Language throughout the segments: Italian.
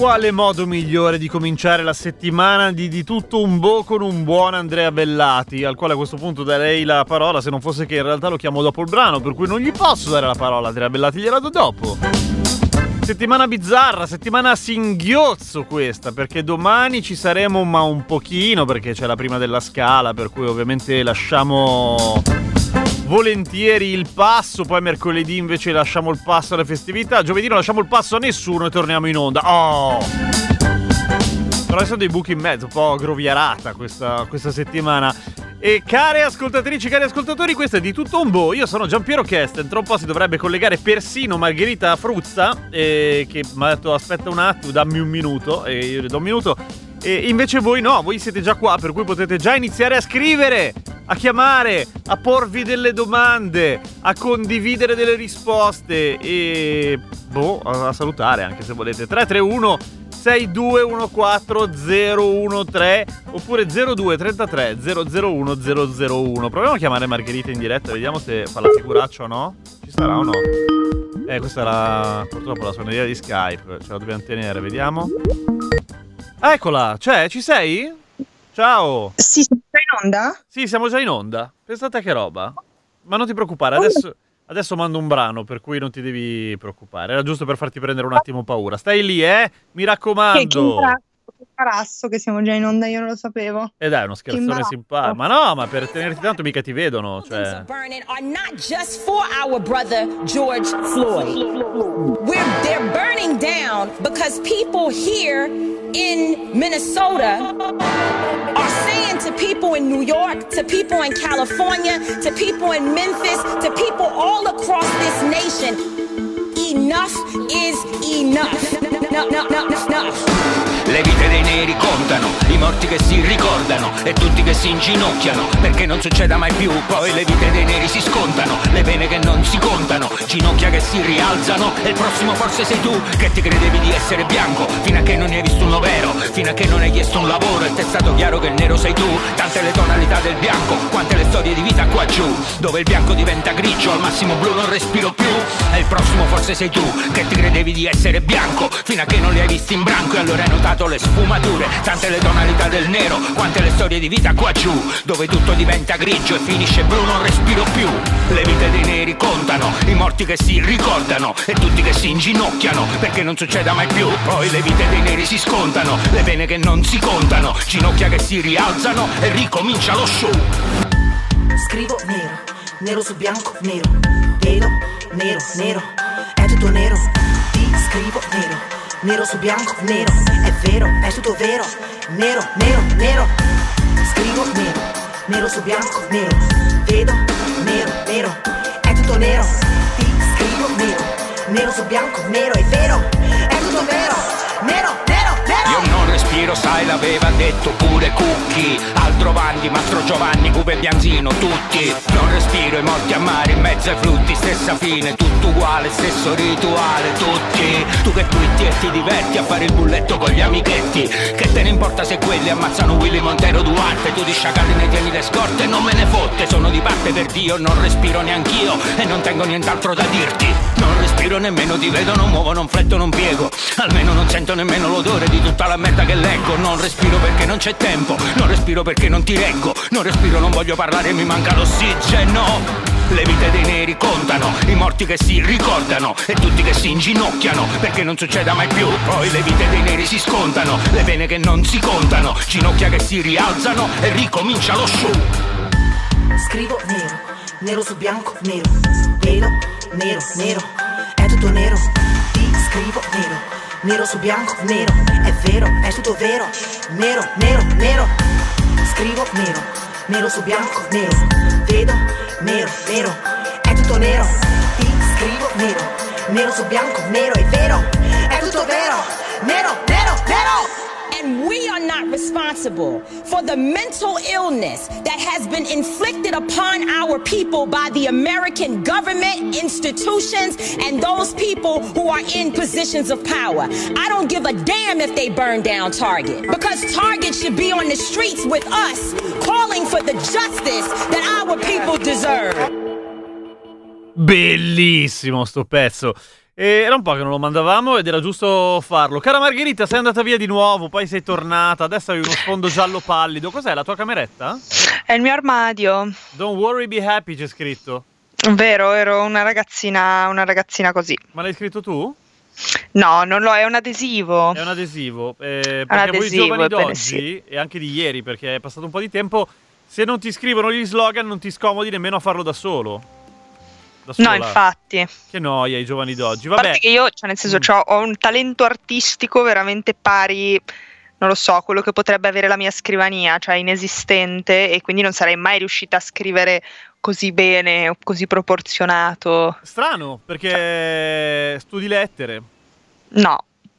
quale modo migliore di cominciare la settimana di tutto un bo' con un buon Andrea Bellati, al quale a questo punto darei la parola, se non fosse che in realtà lo chiamo dopo il brano, per cui non gli posso dare la parola a Andrea Bellati, gliela do dopo. Settimana bizzarra, settimana a singhiozzo questa, perché domani ci saremo ma un pochino, perché c'è la prima della Scala, per cui ovviamente lasciamo volentieri il passo, poi mercoledì invece lasciamo il passo alle festività, giovedì non lasciamo il passo a nessuno e torniamo in onda. Oh! Però sono dei buchi in mezzo, un po' grovierata questa settimana. E care ascoltatrici, cari ascoltatori, questo è di tutto un bo'. Io sono Giampiero Kesten, tra un po' si dovrebbe collegare persino Margherita Fruzza, che mi ha detto aspetta un attimo, dammi un minuto, e io le do un minuto. E invece voi no, voi siete già qua, per cui potete già iniziare a scrivere, a chiamare, a porvi delle domande, a condividere delle risposte e a salutare anche se volete. 331 6214 013 oppure 0233 001 001. Proviamo a chiamare Margherita in diretta, vediamo se fa la figuraccia o no. Ci sarà o no? Questa era purtroppo la suoneria di Skype, ce la dobbiamo tenere, vediamo. Eccola, ci sei? Ciao. Sì, siamo già in onda? Sì, siamo già in onda. Pensate che roba. Ma non ti preoccupare, adesso mando un brano, per cui non ti devi preoccupare. Era giusto per farti prendere un attimo paura. Stai lì, mi raccomando. Che imbarazzo che siamo già in onda, io non lo sapevo. Dai, è uno scherzone simpatico. Ma no, ma per tenerti tanto mica ti vedono, cioè. Are not just for our brother George Floyd. They're burning down because people here in Minnesota are saying to people in New York, to people in California, to people in Memphis, to people all across this nation, enough is enough. Enough. Le vite dei neri contano, i morti che si ricordano e tutti che si inginocchiano perché non succeda mai più. Poi le vite dei neri si scontano, le pene che non si contano, ginocchia che si rialzano e il prossimo forse sei tu che ti credevi di essere bianco fino a che non ne hai visto uno vero, fino a che non hai chiesto un lavoro e ti è stato chiaro che il nero sei tu. Tante le tonalità del bianco, quante le storie di vita qua giù, dove il bianco diventa grigio, al massimo blu non respiro più. E il prossimo forse sei tu che ti credevi di essere bianco fino a che non li hai visti in branco e allora hai notato le sfumature, tante le tonalità del nero, quante le storie di vita qua giù, dove tutto diventa grigio e finisce blu non respiro più. Le vite dei neri contano, i morti che si ricordano e tutti che si inginocchiano perché non succeda mai più. Poi le vite dei neri si scontano, le pene che non si contano, ginocchia che si rialzano e ricomincia lo show. Scrivo nero, nero su bianco, nero, vedo nero, nero, è tutto nero. Ti scrivo nero, nero su bianco, nero, è vero, è tutto vero, nero, nero, nero. Scrivo nero, nero su bianco, nero, vedo nero, nero, è tutto nero. Ti scrivo nero, nero su bianco, nero, è vero, è tutto vero, nero, nero, nero. Io non respiro, sai, l'aveva detto pure Cucchi, altro Vanni, Mastro Giovanni, Cupe e Bianzino, tutti. Non respiro, i morti a mare, in mezzo ai flutti, stessa fine, tutto uguale, stesso rituale, tutti. Tu che twitti e ti diverti a fare il bulletto con gli amichetti, che te ne importa se quelli ammazzano Willy Montero Duarte, tu di sciacalli ne tieni le scorte, non me ne fotte, sono di parte per Dio, non respiro neanch'io e non tengo nient'altro da dirti. Non respiro nemmeno, ti vedo, non muovo, non fletto, non piego, almeno non sento nemmeno l'odore di tutta la merda che leggo. Non respiro perché non c'è tempo, non respiro perché non ti reggo, non respiro, non voglio parlare, mi manca l'ossigeno. Le vite dei neri contano, i morti che si ricordano e tutti che si inginocchiano perché non succeda mai più. Poi le vite dei neri si scontano, le pene che non si contano, ginocchia che si rialzano e ricomincia lo show. Scrivo nero, nero su bianco, nero, vedo nero, nero, è tutto nero. Ti scrivo nero, nero su bianco, nero, è vero, è tutto vero, nero, nero, nero. Scrivo nero, nero su bianco, nero, vedo nero, nero, è tutto nero. Ti scrivo nero, nero su bianco, nero, è vero, è tutto vero, nero, nero, nero. And we are not responsible for the mental illness that has been inflicted upon our people by the American government, institutions, and those people who are in positions of power. I don't give a damn if they burn down Target, because Target should be on the streets with us, calling for the justice that our people deserve. Bellissimo sto pezzo. Era un po' che non lo mandavamo ed era giusto farlo. Cara Margherita, sei andata via di nuovo, poi sei tornata, adesso hai uno sfondo giallo pallido. Cos'è, la tua cameretta? È il mio armadio. Don't worry, be happy, c'è scritto. Vero, ero una ragazzina così. Ma l'hai scritto tu? No, non lo è, un adesivo. È un adesivo. Perché adesivo, voi giovani ebbene d'oggi, sì. e anche di ieri, perché è passato un po' di tempo, se non ti scrivono gli slogan non ti scomodi nemmeno a farlo da solo. Da sola. No, infatti. Che noia i giovani d'oggi. A Vabbè. parte che io, cioè nel senso, ho un talento artistico veramente pari, non lo so, quello che potrebbe avere la mia scrivania, cioè inesistente, e quindi non sarei mai riuscita a scrivere così bene, così proporzionato. Strano, perché studi lettere. No.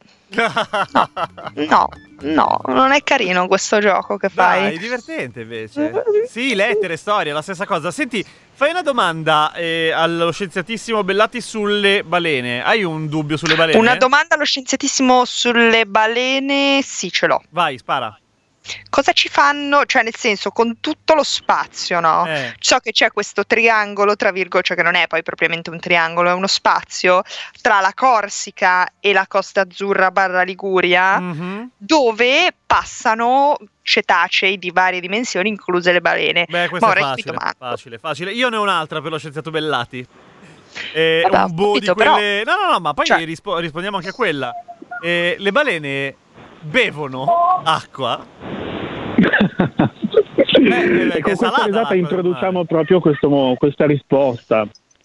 No, non è carino questo gioco che fai. Dai, è divertente invece. Sì, lettere, storia, la stessa cosa. Senti, fai una domanda allo scienziatissimo Bellati sulle balene. Hai un dubbio sulle balene? Una domanda allo scienziatissimo sulle balene? Sì, ce l'ho. Vai, spara. Cosa ci fanno, cioè nel senso, con tutto lo spazio, no? So che c'è questo triangolo, tra virgolette, cioè che non è poi propriamente un triangolo, è uno spazio tra la Corsica e la Costa Azzurra / Liguria, dove passano cetacei di varie dimensioni, incluse le balene. Beh, questo è facile. Io ne ho un'altra per lo scienziato Bellati. Un bo di quelle... Però... No, ma poi rispondiamo anche a quella. Le balene bevono acqua? E con questa risata introduciamo proprio questa risposta.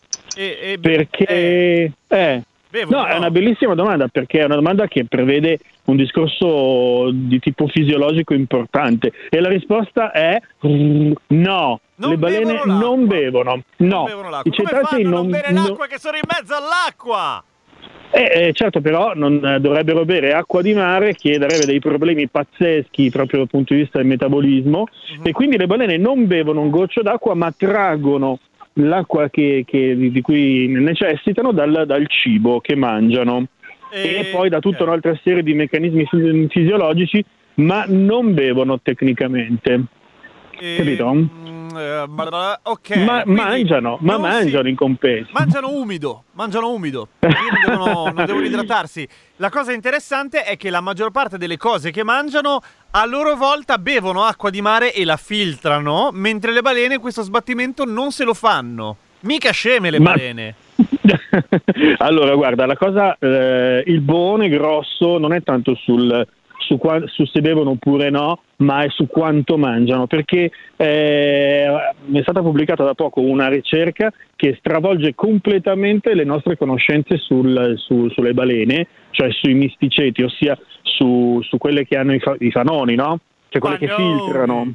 Perché no, è una bellissima domanda, perché è una domanda che prevede un discorso di tipo fisiologico importante, e la risposta è no. Le balene non bevono. No, i cetacei non bere l'acqua che sono in mezzo all'acqua. Certo, però non dovrebbero bere acqua di mare, che darebbe dei problemi pazzeschi proprio dal punto di vista del metabolismo, e quindi le balene non bevono un goccio d'acqua, ma traggono l'acqua di cui necessitano dal cibo che mangiano, e poi da tutta un'altra serie di meccanismi fisiologici, ma non bevono tecnicamente. Capito? Ok. Ma mangiano in compenso. Mangiano umido. Non devono idratarsi. La cosa interessante è che la maggior parte delle cose che mangiano a loro volta bevono acqua di mare e la filtrano, mentre le balene questo sbattimento non se lo fanno. Mica sceme le balene. Allora, guarda, la cosa, il buone grosso non è tanto su se bevono oppure no, ma è su quanto mangiano, perché è stata pubblicata da poco una ricerca che stravolge completamente le nostre conoscenze sulle balene, cioè sui misticeti, ossia su quelle che hanno i fanoni, no? Cioè quelle che filtrano.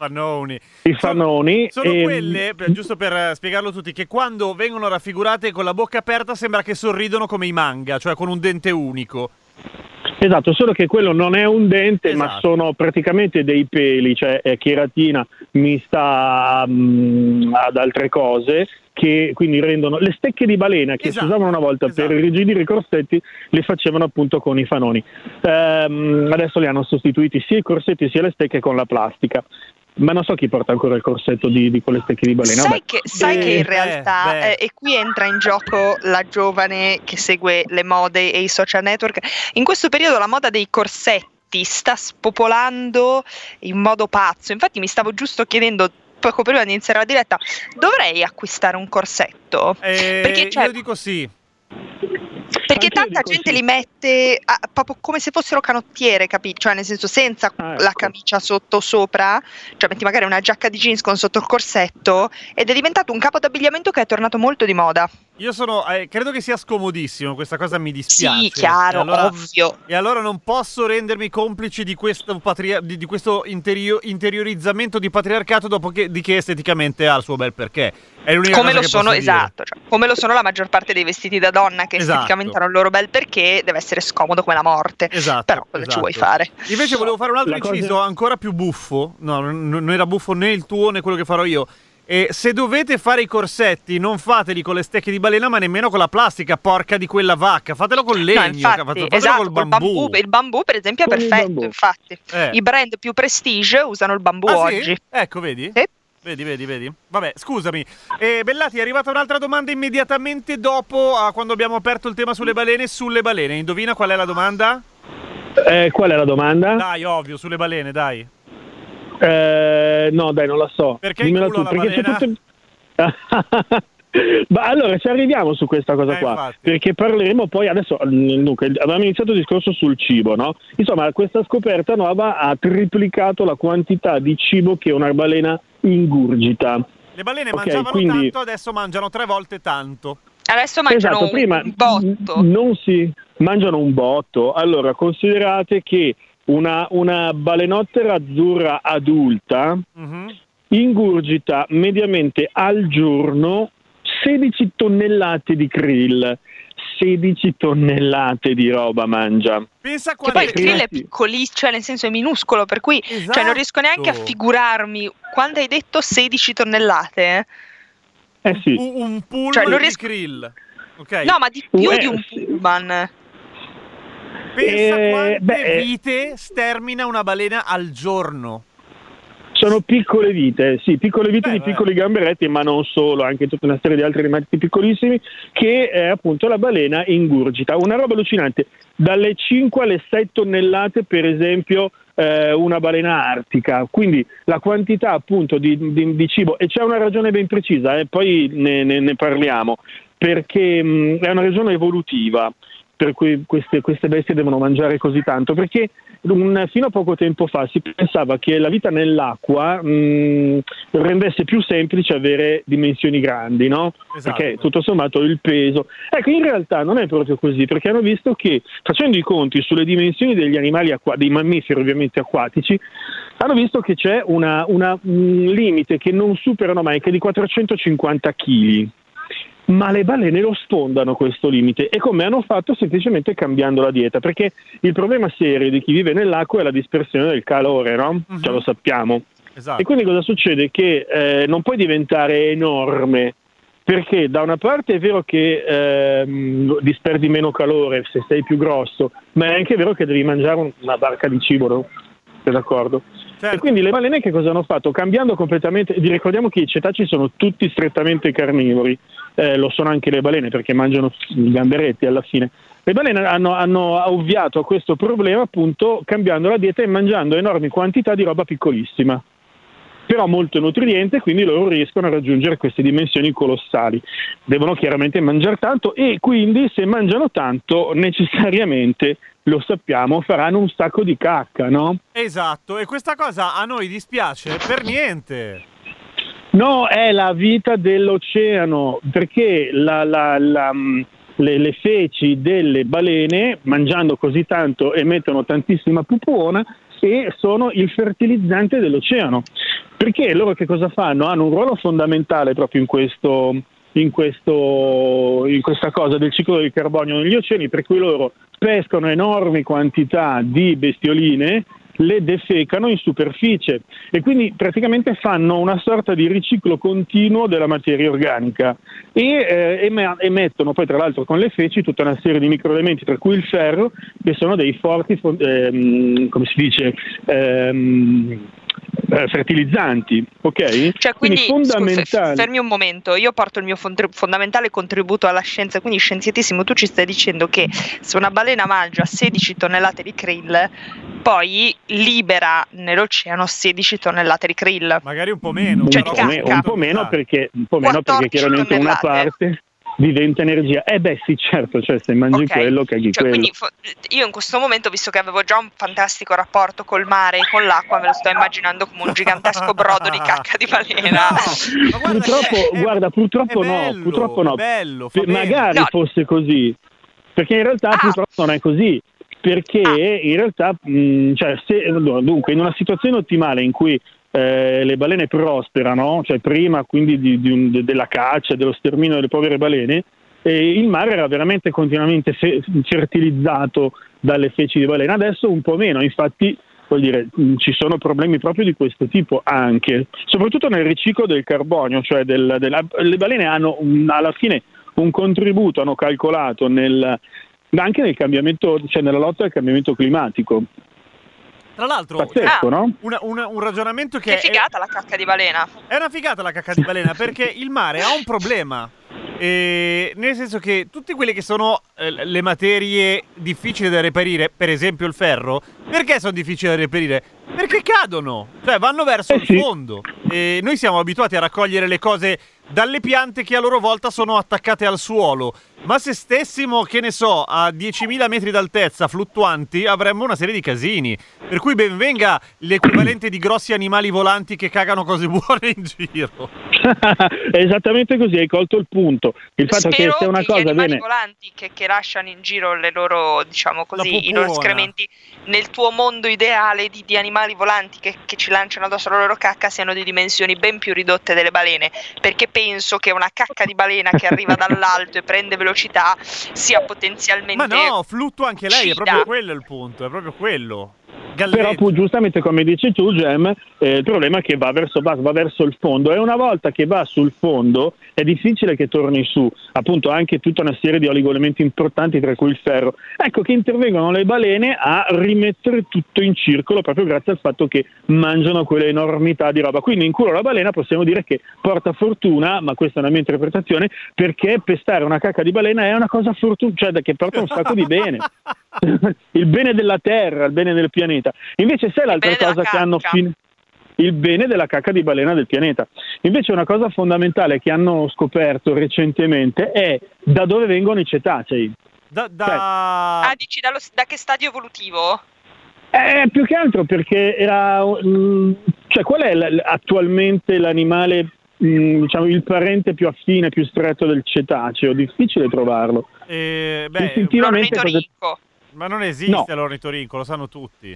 I fanoni. Sono quelle, giusto per spiegarlo a tutti, che quando vengono raffigurate con la bocca aperta sembra che sorridono come i manga, cioè con un dente unico. Esatto, solo che quello non è un dente, ma sono praticamente dei peli, cioè è cheratina mista ad altre cose, che quindi rendono le stecche di balena che si usavano una volta per irrigidire i corsetti, le facevano appunto con i fanoni. Adesso li hanno sostituiti sia i corsetti sia le stecche con la plastica. Ma non so chi porta ancora il corsetto di quelle stecche di balena. Sai che in realtà, e qui entra in gioco la giovane che segue le mode e i social network, in questo periodo la moda dei corsetti sta spopolando in modo pazzo. Infatti mi stavo giusto chiedendo poco prima di iniziare la diretta, dovrei acquistare un corsetto? Perché io dico sì. Perché tanta gente li mette proprio come se fossero canottiere, capito? Cioè nel senso senza la camicia sotto sopra, cioè metti magari una giacca di jeans con sotto il corsetto, ed è diventato un capo d'abbigliamento che è tornato molto di moda. Io credo che sia scomodissimo, questa cosa mi dispiace. Sì, chiaro, ovvio. E allora non posso rendermi complice di questo, di questo interiorizzamento di patriarcato, dopo che esteticamente ha il suo bel perché. È l'unica come cosa lo che sono, posso esatto, cioè, come lo sono la maggior parte dei vestiti da donna che esteticamente hanno il loro bel perché, deve essere scomodo come la morte. Però cosa ci vuoi fare? Invece volevo fare un altro inciso ancora più buffo. No, non era buffo né il tuo né quello che farò io. E se dovete fare i corsetti, non fateli con le stecche di balena, ma nemmeno con la plastica, porca di quella vacca. Fatelo con legno, fatelo col bambù. Il bambù, per esempio, è perfetto. Infatti, i brand più prestige usano il bambù oggi. Sì? Ecco, vedi? Sì. Vedi. Vabbè, scusami. Bellati, è arrivata un'altra domanda immediatamente dopo, quando abbiamo aperto il tema sulle balene. Indovina qual è la domanda? Qual è la domanda? Dai, ovvio, sulle balene, dai. No, dai, non la so. Perché in culo la balena? Ma allora ci arriviamo su questa cosa qua, infatti. perché parleremo poi adesso. Dunque, avevamo iniziato il discorso sul cibo, no? Insomma, questa scoperta nuova ha triplicato la quantità di cibo che una balena ingurgita. Le balene mangiavano tanto, adesso mangiano 3 volte tanto. Adesso mangiano un botto. Mangiano un botto. Allora, considerate che una balenottera azzurra adulta ingurgita mediamente al giorno 16 tonnellate di krill. 16 tonnellate di roba mangia. Pensa che poi il krill è piccolissimo, cioè nel senso è minuscolo, per cui cioè, non riesco neanche a figurarmi. Quando hai detto 16 tonnellate? Sì. Un pullman di krill. Okay. No, ma di più di un pullman. Pensa quante vite stermina una balena al giorno. Sono piccole vite, sì, piccole vite di piccoli gamberetti, ma non solo, anche tutta una serie di altri animali piccolissimi che appunto la balena ingurgita. Una roba allucinante, dalle 5 alle 6 tonnellate per esempio una balena artica, quindi la quantità appunto di cibo, e c'è una ragione ben precisa, poi ne parliamo, perché è una ragione evolutiva per cui queste bestie devono mangiare così tanto, perché fino a poco tempo fa si pensava che la vita nell'acqua rendesse più semplice avere dimensioni grandi, no? Esatto. Perché tutto sommato il peso. Ecco, in realtà non è proprio così, perché hanno visto che, facendo i conti sulle dimensioni degli animali dei mammiferi ovviamente acquatici, hanno visto che c'è un limite che non superano mai, che è di 450 kg. Ma le balene lo sfondano questo limite, e come hanno fatto? Semplicemente cambiando la dieta, perché il problema serio di chi vive nell'acqua è la dispersione del calore, no? Cioè, lo sappiamo. Esatto. E quindi cosa succede? Che non puoi diventare enorme, perché da una parte è vero che disperdi meno calore se sei più grosso, ma è anche vero che devi mangiare una barca di cibo, no? Sei d'accordo? Certo. E quindi le balene che cosa hanno fatto? Cambiando completamente, ricordiamo che i cetacei sono tutti strettamente carnivori, lo sono anche le balene perché mangiano i gamberetti alla fine. Le balene hanno ovviato a questo problema appunto cambiando la dieta e mangiando enormi quantità di roba piccolissima, però molto nutriente, quindi loro riescono a raggiungere queste dimensioni colossali. Devono chiaramente mangiare tanto, e quindi se mangiano tanto necessariamente, lo sappiamo, faranno un sacco di cacca, no? Esatto, e questa cosa a noi dispiace per niente. No, è la vita dell'oceano, perché le feci delle balene, mangiando così tanto, emettono tantissima pupuona e sono il fertilizzante dell'oceano. Perché loro che cosa fanno? Hanno un ruolo fondamentale proprio in questa cosa del ciclo del carbonio negli oceani, per cui loro pescano enormi quantità di bestioline, le defecano in superficie e quindi praticamente fanno una sorta di riciclo continuo della materia organica e emettono poi tra l'altro con le feci tutta una serie di microelementi, tra cui il ferro, che sono dei forti come si dice fertilizzanti, ok? Cioè, quindi fermi un momento, io porto il mio fondamentale contributo alla scienza, quindi scienziatissimo, tu ci stai dicendo che se una balena mangia 16 tonnellate di krill, poi libera nell'oceano 16 tonnellate di krill. Magari un po' meno. Cioè un po' meno perché chiaramente una parte diventa energia. Sì, certo, cioè se mangi quello caghi quello. Quindi io in questo momento, visto che avevo già un fantastico rapporto col mare e con l'acqua, me lo sto immaginando come un gigantesco brodo di cacca di balena. No, purtroppo no. Bello, magari fosse così, perché in realtà purtroppo non è così. Perché in realtà, dunque, in una situazione ottimale in cui le balene prosperano, cioè prima quindi della caccia, dello sterminio delle povere balene, il mare era veramente continuamente fertilizzato dalle feci di balena. Adesso un po' meno, infatti vuol dire ci sono problemi proprio di questo tipo anche, soprattutto nel riciclo del carbonio, cioè le balene hanno alla fine un contributo, hanno calcolato anche nel cambiamento, cioè nella lotta al cambiamento climatico. Tra l'altro, pazzesco, no? un ragionamento che figata la cacca di balena. È una figata la cacca di balena perché il mare ha un problema. Nel senso che tutte quelle che sono le materie difficili da reperire, per esempio il ferro, perché sono difficili da reperire? Perché cadono, cioè vanno verso il fondo. E noi siamo abituati a raccogliere le cose dalle piante che a loro volta sono attaccate al suolo. Ma se stessimo, che ne so, a 10.000 metri d'altezza, fluttuanti, avremmo una serie di casini. Per cui ben venga l'equivalente di grossi animali volanti che cagano cose buone in giro. È esattamente così, hai colto il punto. Il fatto Spero che sia una che cosa gli animali bene... volanti che lasciano in giro le loro, diciamo così, i loro escrementi, nel tuo mondo ideale di animali volanti che ci lanciano addosso la loro cacca, siano di dimensioni ben più ridotte delle balene, perché penso che una cacca di balena che arriva dall'alto e prende velocità sia potenzialmente... Ma no, fluttua anche lei, è proprio quello il punto, è proprio quello. Però giustamente come dici tu, Gem, il problema è che va verso il fondo, e una volta che va sul fondo è difficile che torni su, appunto anche tutta una serie di oligoelementi importanti, tra cui il ferro. Ecco che intervengono le balene a rimettere tutto in circolo proprio grazie al fatto che mangiano quelle enormità di roba. Quindi in culo la balena possiamo dire che porta fortuna, ma questa è una mia interpretazione, perché pestare una cacca di balena è una cosa cioè che porta un sacco di bene. Il bene della terra, il bene del pianeta. Invece sai l'altra cosa che hanno il bene della cacca di balena del pianeta. Invece una cosa fondamentale che hanno scoperto recentemente è da dove vengono i cetacei. Dici da che stadio evolutivo? Più che altro perché era cioè qual è attualmente l'animale, diciamo, il parente più affine, più stretto del cetaceo? Difficile trovarlo. Istintivamente ma non esiste l'ornitorinco, lo sanno tutti.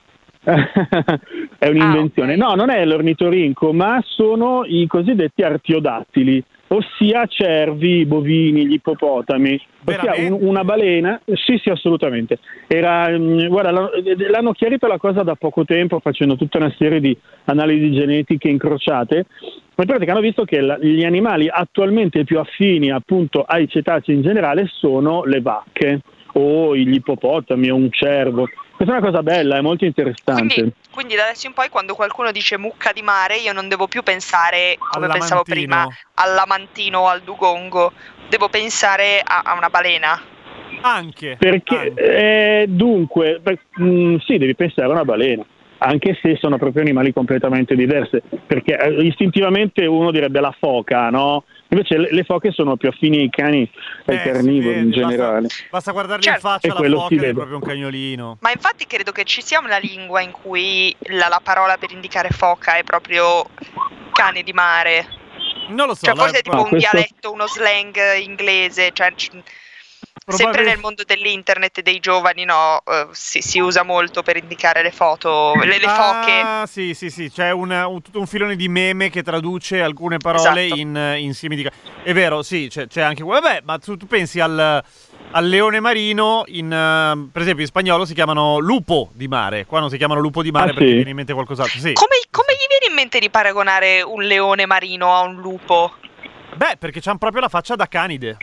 È un'invenzione. No, non è l'ornitorinco, ma sono i cosiddetti artiodattili, ossia cervi, bovini, gli ippopotami. Ossia una balena, sì assolutamente. Guarda, l'hanno chiarito la cosa da poco tempo facendo tutta una serie di analisi genetiche incrociate. Ma in pratica hanno visto che gli animali attualmente più affini appunto ai cetacei in generale sono le vacche o gli ippopotami o un cervo. Questa è una cosa bella, è molto interessante. Quindi da adesso in poi quando qualcuno dice mucca di mare io non devo più pensare, come pensavo prima, all'amantino o al dugongo, devo pensare a una balena. Anche. Perché dunque, sì, devi pensare a una balena, anche se sono proprio animali completamente diversi, perché istintivamente uno direbbe la foca, no? Invece le foche sono più affini ai cani e ai carnivori in generale. Basta guardargli in faccia la foca, è proprio un cagnolino. Ma infatti credo che ci sia una lingua in cui la parola per indicare foca è proprio cane di mare. Non lo so. Cioè forse è tipo un dialetto, uno slang inglese, cioè... Sempre nel mondo dell'internet e dei giovani, si usa molto per indicare le foto, le foche. Sì, c'è tutto un filone di meme che traduce alcune parole in simi di... È vero, sì, c'è anche... Vabbè, ma tu pensi al leone marino, per esempio in spagnolo si chiamano lupo di mare, qua non si chiamano lupo di mare perché viene in mente qualcos'altro. Sì. Come gli viene in mente di paragonare un leone marino a un lupo? Beh, perché c'hanno proprio la faccia da canide.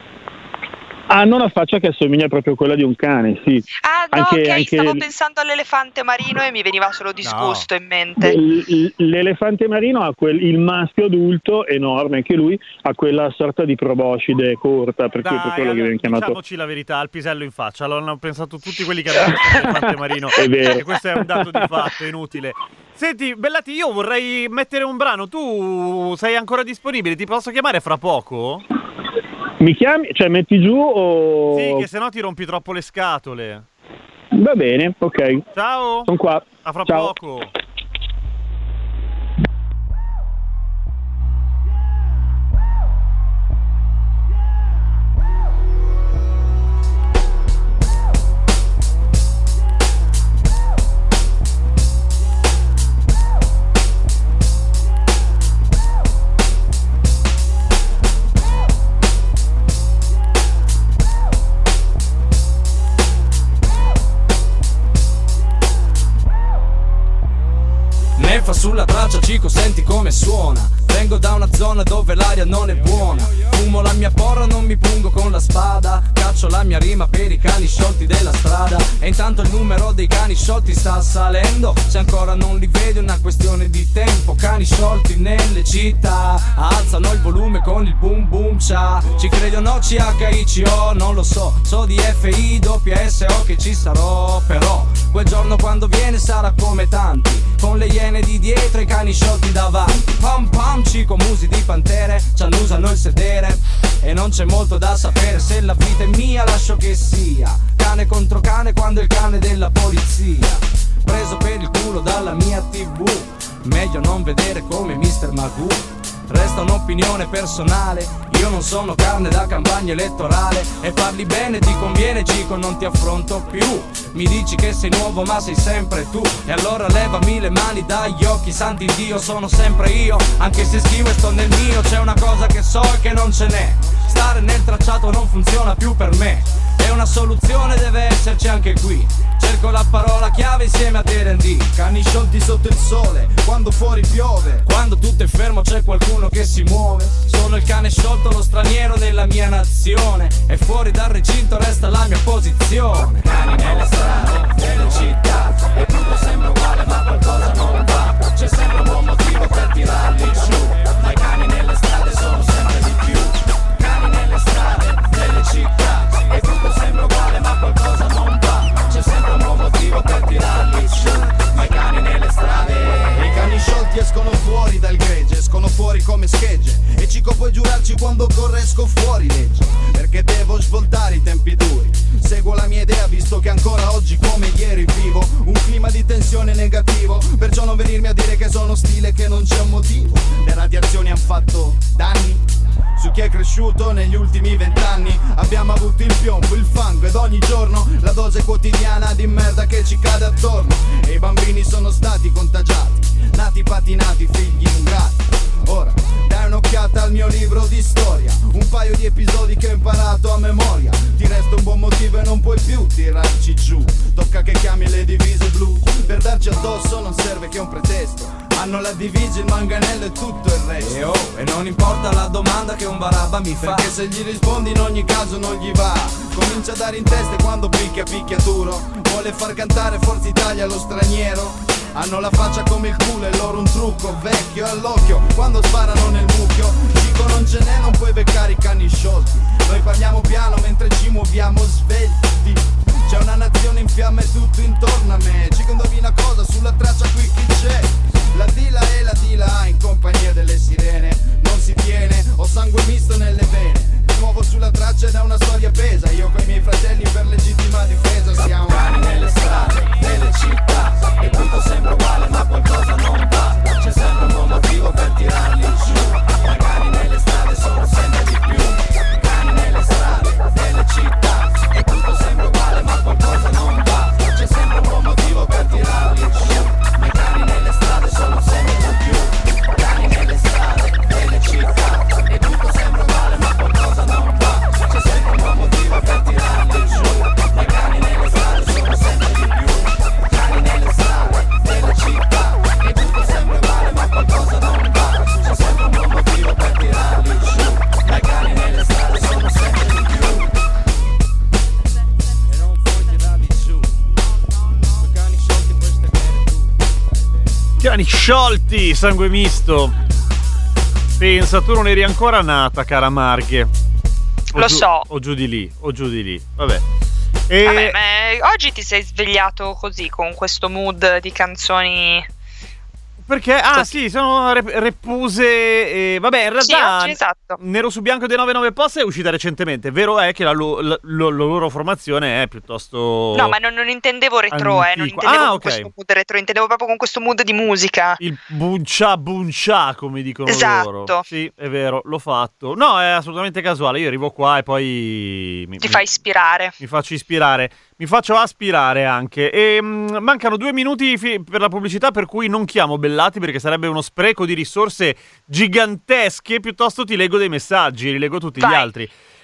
Hanno una faccia che assomiglia proprio a quella di un cane, sì. Stavo pensando all'elefante marino e mi veniva solo disgusto in mente. L'elefante marino ha il maschio adulto enorme, anche lui ha quella sorta di proboscide corta, perché per quello che viene chiamato. Diciamoci la verità, al pisello in faccia, l'hanno pensato tutti quelli che hanno visto l'elefante marino. È vero. E questo è un dato di fatto, inutile. Senti, Bellati, io vorrei mettere un brano, tu sei ancora disponibile? Ti posso chiamare fra poco? Mi chiami? Cioè metti giù o... Sì, che sennò ti rompi troppo le scatole. Va bene, ok. Ciao. Sono qua. A fra Ciao. poco. Sulla traccia Cico, senti come suona. Vengo da una zona dove l'aria non è buona. Fumo la mia porra, non mi pungo con la spada. Caccio la mia rima per i cani sciolti della strada. E intanto il numero dei cani sciolti sta salendo. Se ancora non li vedi è una questione di tempo. Cani sciolti nelle città alzano il volume con il boom boom cha. Ci credi o no CHICO? Non lo so. So di FIWSO che ci sarò. Però quel giorno quando viene sarà come tanti, con le iene di dietro e i cani sciolti davanti. Pam pam cico musi di pantere ci annusano il sedere. E non c'è molto da sapere, se la vita è mia lascio che sia cane contro cane quando è il cane della polizia. Preso per il culo dalla mia TV, meglio non vedere come Mr. Magoo. Resta un'opinione personale, io non sono carne da campagna elettorale. E parli bene ti conviene Cico, non ti affronto più. Mi dici che sei nuovo ma sei sempre tu. E allora levami le mani dagli occhi, santi Dio sono sempre io. Anche se schivo e sto nel mio, c'è una cosa che so e che non ce n'è. Stare nel tracciato non funziona più per me. E una soluzione deve esserci anche qui. Cerco la parola chiave insieme a D&D. Cani sciolti sotto il sole, quando fuori piove. Quando tutto è fermo c'è qualcuno che si muove. Sono il cane sciolto, lo straniero nella mia nazione. E fuori dal recinto resta la mia posizione. Cani nelle strade, nelle città. E tutto sembra uguale ma qualcosa non va. C'è sempre un buon motivo per tirarli giù. Ma i cani nelle strade sono sempre di più. Cani nelle strade, nelle città. E tutto sembra uguale ma qualcosa non va. C'è sempre un buon motivo per tirarli giù. Ma i cani nelle strade. I cani sciolti escono fuori dal gregge, escono fuori come schegge. E Cico puoi giurarci quando corresco fuori legge. Perché devo svoltare i tempi duri. Seguo la mia idea visto che ancora oggi come ieri vivo un clima di tensione negativo. Perciò non venirmi a dire che sono stile, che non c'è un motivo. Le radiazioni han fatto danni su chi è cresciuto negli ultimi 20 anni. Abbiamo avuto il piombo, il fango ed ogni giorno la dose quotidiana di merda che ci cade attorno. E i bambini sono stati contagiati, nati patinati, figli ingrati. Ora dai un'occhiata al mio libro di storia, un paio di episodi che ho imparato a memoria. Ti resta un buon motivo e non puoi più tirarci giù. Tocca che chiami le divise blu. Per darci addosso non serve che un pretesto. Hanno la divisa, il manganello e tutto il resto. E non importa la domanda che un barabba mi fa, perché se gli rispondi in ogni caso non gli va. Comincia a dare in testa e quando picchia duro. Vuole far cantare Forza Italia allo straniero. Hanno la faccia come il culo e loro un trucco vecchio all'occhio quando sparano nel mucchio. Cico non ce n'è, non puoi beccare i cani sciolti. Noi parliamo piano mentre ci muoviamo svelti. C'è una nazione in fiamme tutto intorno a me. Cico indovina cosa, sulla traccia qui chi c'è? La dila e la dila in compagnia delle sirene. Non si tiene, ho sangue misto nelle vene. Di nuovo sulla traccia ed è una storia pesa. Io con i miei fratelli per legittima difesa. Siamo cani nelle strade, nelle città. E tutto sembra uguale ma qualcosa non va. C'è sempre un buon motivo per tirarli giù. Ma cani nelle strade sono sempre di più. Cani nelle strade, nelle città. E tutto sembra uguale ma qualcosa non va. C'è sempre un buon motivo per tirarli giù. Ma i cani nelle strade sono sempre di più. Cani nelle strade, nelle città. E tutto sembra uguale ma qualcosa non va. C'è sempre un buon motivo per tirarli giù. Ma i cani nelle strade sono sempre di più. Cani nelle strade, nelle città. E tutto sembra uguale ma qualcosa non va. C'è sempre un buon motivo per tirarli giù. Ma i cani nelle strade sono sempre di più. E non puoi tirarli giù. Con cani sciolti puoi stemere tu. Cani sciolti, sangue misto. Pensa, tu non eri ancora nata, cara Marghe. Lo so. O giù di lì, o giù di lì. Vabbè. Vabbè, ma oggi ti sei svegliato così, con questo mood di canzoni. Perché? Ah sì, sono reppuse. Vabbè, in realtà sì, esatto. Nero su bianco dei 99 Post è uscita recentemente. Vero è che la loro formazione è piuttosto. No, ma non intendevo retro, non intendevo con questo mood retro, intendevo proprio con questo mood di musica. Il buncia, come dicono loro. Esatto. Sì, è vero, l'ho fatto. No, è assolutamente casuale. Io arrivo qua e poi ti fai ispirare. Mi faccio ispirare. Mi faccio aspirare anche. E mancano 2 minuti per la pubblicità, per cui non chiamo Bellati perché sarebbe uno spreco di risorse gigantesche. Piuttosto ti leggo dei messaggi, li leggo tutti gli altri.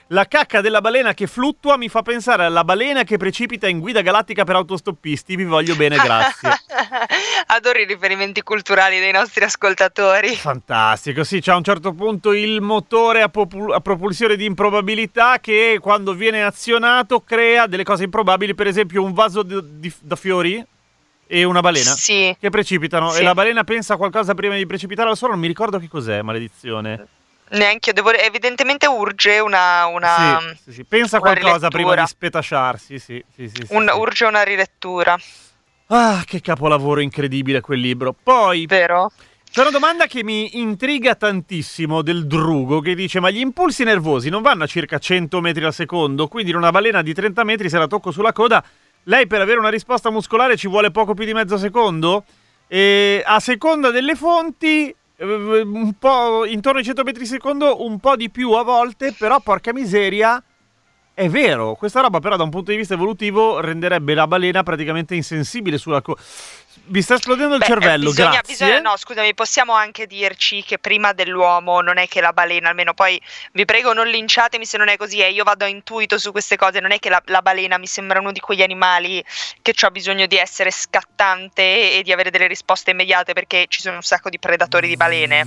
La cacca della balena che fluttua mi fa pensare alla balena che precipita in Guida Galattica per autostoppisti. Vi voglio bene, grazie. Adoro i riferimenti culturali dei nostri ascoltatori. Fantastico, sì, c'è a un certo punto il motore a propulsione di improbabilità che quando viene azionato crea delle cose improbabili, per esempio un vaso da fiori e una balena che precipitano e la balena pensa a qualcosa prima di precipitare al suolo, non mi ricordo che cos'è, maledizione. Neanche io, evidentemente urge una sì. Pensa a qualcosa prima di spetasciarsi, urge una rilettura. Ah, che capolavoro incredibile quel libro. Poi vero? C'è una domanda che mi intriga tantissimo del Drugo, che dice: ma gli impulsi nervosi non vanno a circa 100 metri al secondo? Quindi in una balena di 30 metri, se la tocco sulla coda, lei per avere una risposta muscolare ci vuole poco più di mezzo secondo? E a seconda delle fonti, un po' intorno ai 100 metri al secondo, un po' di più a volte, però porca miseria, è vero. Questa roba però da un punto di vista evolutivo renderebbe la balena praticamente insensibile sulla coda. Vi sta esplodendo il cervello, grazie. No, scusami, possiamo anche dirci che prima dell'uomo non è che la balena, almeno poi vi prego non linciatemi se non è così, io vado a intuito su queste cose, non è che la balena mi sembra uno di quegli animali che ha bisogno di essere scattante e di avere delle risposte immediate, perché ci sono un sacco di predatori di balene.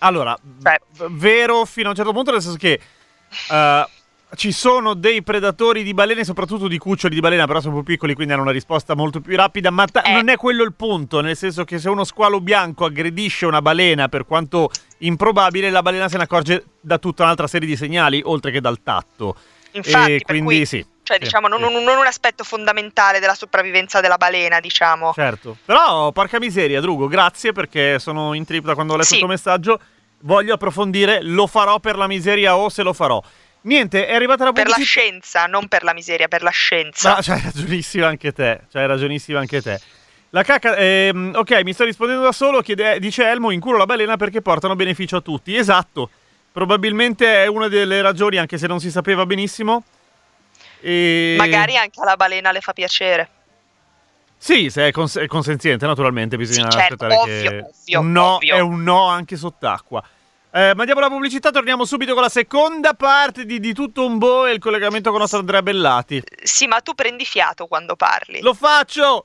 Vero fino a un certo punto, nel senso che ci sono dei predatori di balene, soprattutto di cuccioli di balena, però sono più piccoli, quindi hanno una risposta molto più rapida, ma non è quello il punto, nel senso che se uno squalo bianco aggredisce una balena, per quanto improbabile, la balena se ne accorge da tutta un'altra serie di segnali, oltre che dal tatto. Infatti, e quindi diciamo, non un aspetto fondamentale della sopravvivenza della balena, diciamo. Certo, però porca miseria, Drugo, grazie, perché sono in trip da quando ho letto il tuo messaggio, voglio approfondire, lo farò per la miseria o se lo farò. Niente, è arrivata la pubblicità. Per la scienza, non per la miseria, per la scienza. Ma c'hai ragionissimo anche te. La cacca, ok, mi sto rispondendo da solo, dice Elmo, inculo la balena perché portano beneficio a tutti. Esatto, probabilmente è una delle ragioni, anche se non si sapeva benissimo. E magari anche alla balena le fa piacere. Sì, se è consenziente, naturalmente bisogna aspettare ovvio, è un no anche sott'acqua. Mandiamo la pubblicità, torniamo subito con la seconda parte di Tutto un Bo e il collegamento con il nostro Andrea Bellati. Sì, ma tu prendi fiato quando parli. Lo faccio!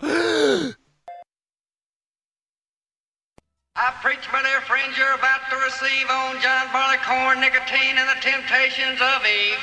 I preach, my dear friends, you're about to receive on John Barleycorn, nicotine, and the temptations of Eve.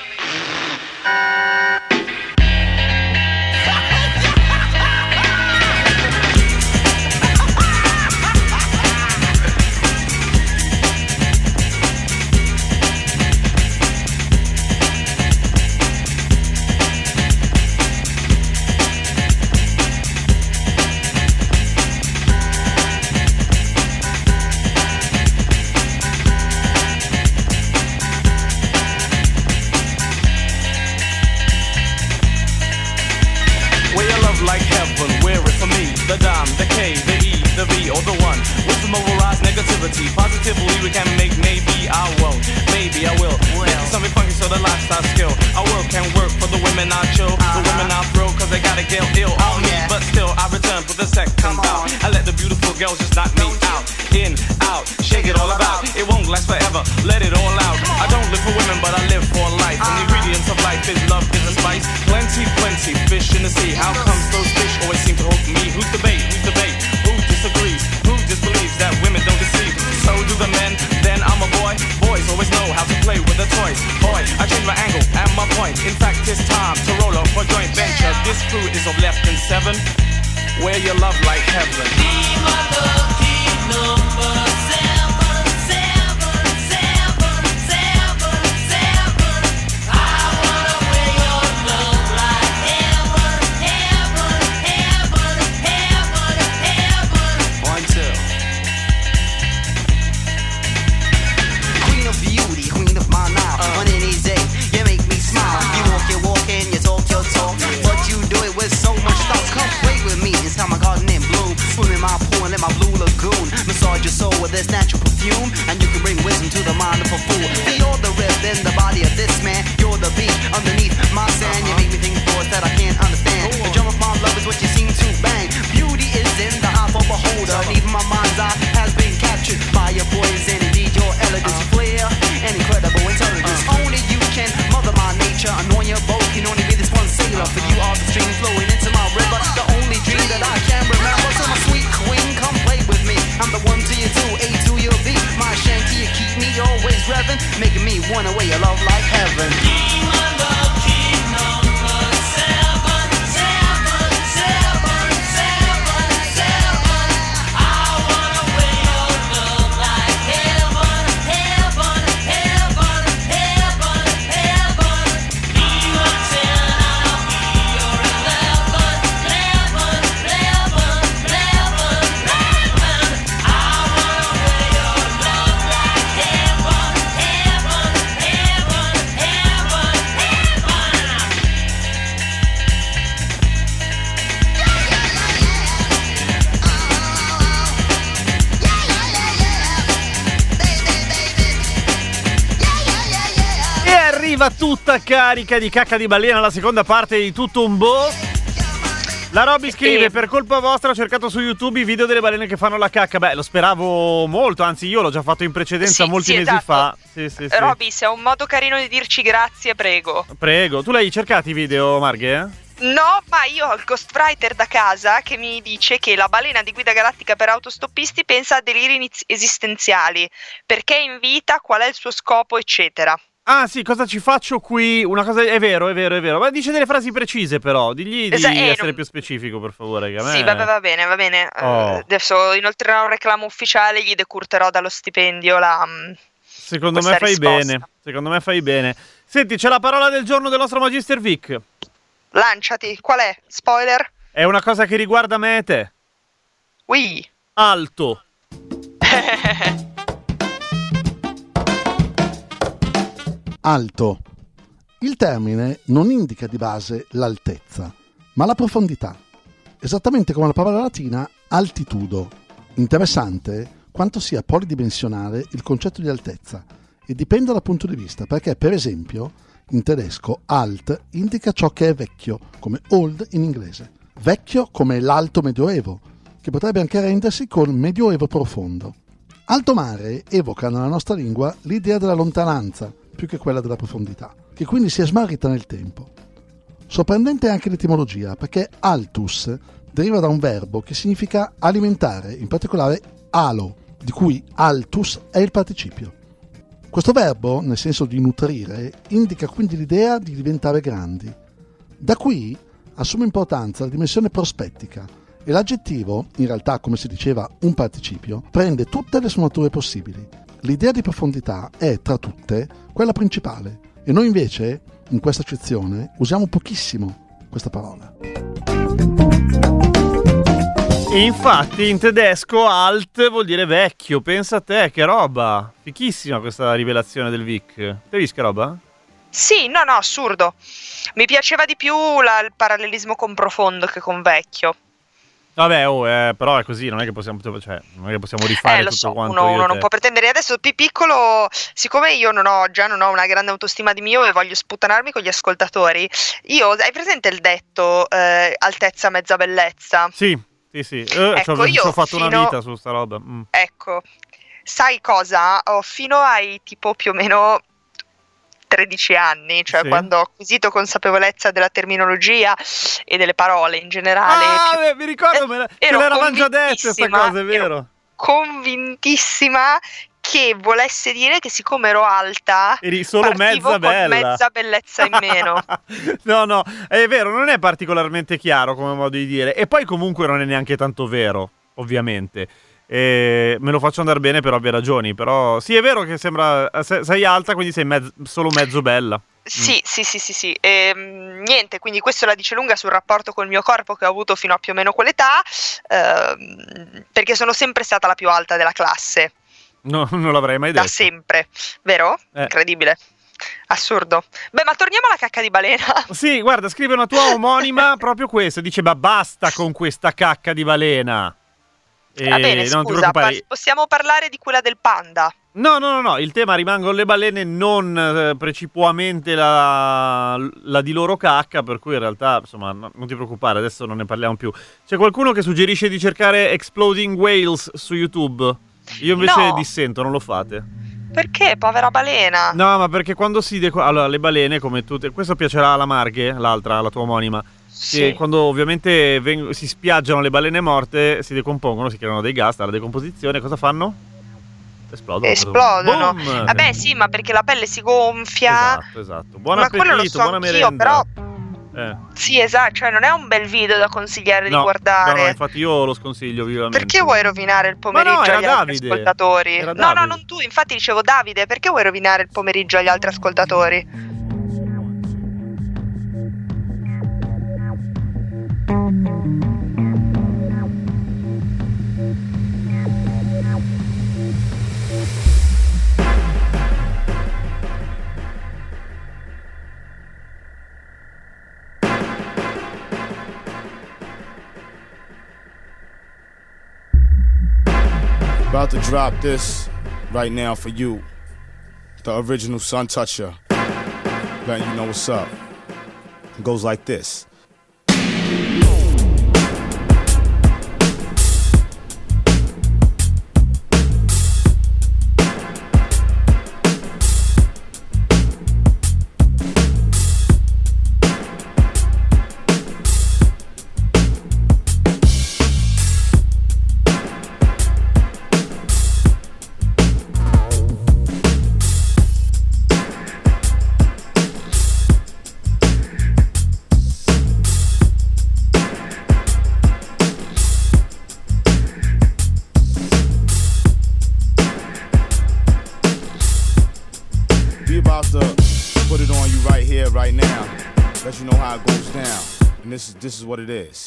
Like heaven, wear it for me. The dime, the K, the E, the V, or the one. With some overrides negativity. Positively we can make maybe I won't. Maybe I will. Make something funky so the lifestyle skill. I work and work for the women I chill. The women I throw cause they gotta get ill on me. But still I return for the second bout. I let the beautiful girls just knock me out. In, out, shake it all about. It won't last forever, let it all out. I don't live for women but I live for life. And the ingredients of life is love, is a spice. Plenty, plenty, fish in the sea. How comes those fish always seem to hook me? Who's the bait? Who's the bait? Who disagrees? Who disbelieves that women don't deceive? So do the men, then I'm a boy. Boys always know how to play with the toys. Boy, I change my angle and my point. In fact, it's time to roll up for joint venture. This crew is of less than 7. Wear your love like heaven. Be my lucky number 7. Let my blue lagoon massage your soul with this natural perfume, and you can bring wisdom to the mind of a fool. You're the rhythm in the body of this man. You're the beat underneath my sand. You make me think thoughts that I can't understand. The drum of my love is what you seem to bang. Beauty is in the eye of a beholder, and even my mind's eye has been captured by your poison. Indeed, your elegance, flair, and incredible intelligence. Only you can mother my nation. me, wanna wear your love like heaven. Tutta carica di cacca di balena, la seconda parte di Tutto un Boh. La Robby scrive: per colpa vostra ho cercato su YouTube i video delle balene che fanno la cacca. Beh, lo speravo molto, anzi io l'ho già fatto in precedenza molti mesi fa. Sì. Robby, se è un modo carino di dirci grazie, prego. Tu l'hai cercati i video, Marghe? No, ma io ho il ghostwriter da casa che mi dice che la balena di Guida Galattica per autostoppisti pensa a deliri esistenziali, perché è in vita, qual è il suo scopo, eccetera. Ah sì, cosa ci faccio qui? Una cosa è vero. Ma dice delle frasi precise però, digli di essere più specifico per favore. Che a me... Sì, va bene. Adesso inoltrerò un reclamo ufficiale, gli decurterò dallo stipendio Secondo me fai bene. Senti, c'è la parola del giorno del nostro Magister Vic. Lanciati, qual è? Spoiler? È una cosa che riguarda me e te. Ui. Alto. Alto. Il termine non indica di base l'altezza, ma la profondità. Esattamente come la parola latina altitudo. Interessante quanto sia polidimensionale il concetto di altezza e dipende dal punto di vista, perché per esempio in tedesco alt indica ciò che è vecchio, come old in inglese. Vecchio come l'alto medioevo, che potrebbe anche rendersi con medioevo profondo. Alto mare evoca nella nostra lingua l'idea della lontananza, più che quella della profondità, che quindi si è smarrita nel tempo. Sorprendente anche l'etimologia, perché altus deriva da un verbo che significa alimentare, in particolare alo, di cui altus è il participio. Questo verbo, nel senso di nutrire, indica quindi l'idea di diventare grandi. Da qui assume importanza la dimensione prospettica e l'aggettivo, in realtà come si diceva un participio, prende tutte le sfumature possibili. L'idea di profondità è, tra tutte, quella principale, e noi invece, in questa accezione, usiamo pochissimo questa parola. E infatti in tedesco alt vuol dire vecchio, pensa a te, che roba! Fichissima questa rivelazione del Vic. Te visto che roba? Sì, no, assurdo. Mi piaceva di più il parallelismo con profondo che con vecchio. Vabbè, però è così, non è che possiamo rifare tutto so, quanto uno non può pretendere. Adesso piccolo, siccome io non ho una grande autostima di mio e voglio sputtanarmi con gli ascoltatori, hai presente il detto altezza mezza bellezza? Sì. Ecco, ci ho fatto una vita su sta roba. Ecco, sai cosa? Fino ai tipo più o meno 13 anni, cioè sì, quando ho acquisito consapevolezza della terminologia e delle parole in generale. Mi ricordo che l'eravamo già dette questa cosa, è vero. Ero convintissima che volesse dire che siccome ero alta eri solo mezza bella, con mezza bellezza in meno. No, è vero, non è particolarmente chiaro come modo di dire, e poi comunque non è neanche tanto vero, ovviamente. Me lo faccio andare bene per ovvie ragioni, però sì, è vero che sembra sei alta, quindi sei solo mezzo bella. Sì. Niente, quindi questo la dice lunga sul rapporto col mio corpo che ho avuto fino a più o meno quell'età, perché sono sempre stata la più alta della classe. No, non l'avrei mai detto. Da sempre, vero? Incredibile. Assurdo. Beh, ma torniamo alla cacca di balena. Sì, guarda, scrive una tua omonima proprio questo, dice ma basta con questa cacca di balena. Va bene, scusa, possiamo parlare di quella del panda? No, il tema rimangono le balene, non precipuamente la di loro cacca, per cui in realtà, insomma, non ti preoccupare, adesso non ne parliamo più. C'è qualcuno che suggerisce di cercare Exploding Whales su YouTube? Io invece dissento, non lo fate. Perché? Povera balena. No, ma perché quando allora, le balene, come tutte... Questo piacerà alla Marghe, l'altra, la tua omonima. Sì. Quando ovviamente si spiaggiano le balene morte, si decompongono, si creano dei gas dalla decomposizione. Cosa fanno? esplodono. Boom! Vabbè, sì, ma perché la pelle si gonfia. Esatto. Buon ma appetito, quello lo so buona merenda. anch'io, però sì, esatto, cioè non è un bel video da consigliare di guardare. No, infatti io lo sconsiglio vivamente. Perché vuoi rovinare il pomeriggio agli altri ascoltatori? No, non tu, infatti dicevo Davide, perché vuoi rovinare il pomeriggio agli altri ascoltatori? About to drop this right now for you, the original Sun Toucher, letting you know what's up. It goes like this. This is what it is.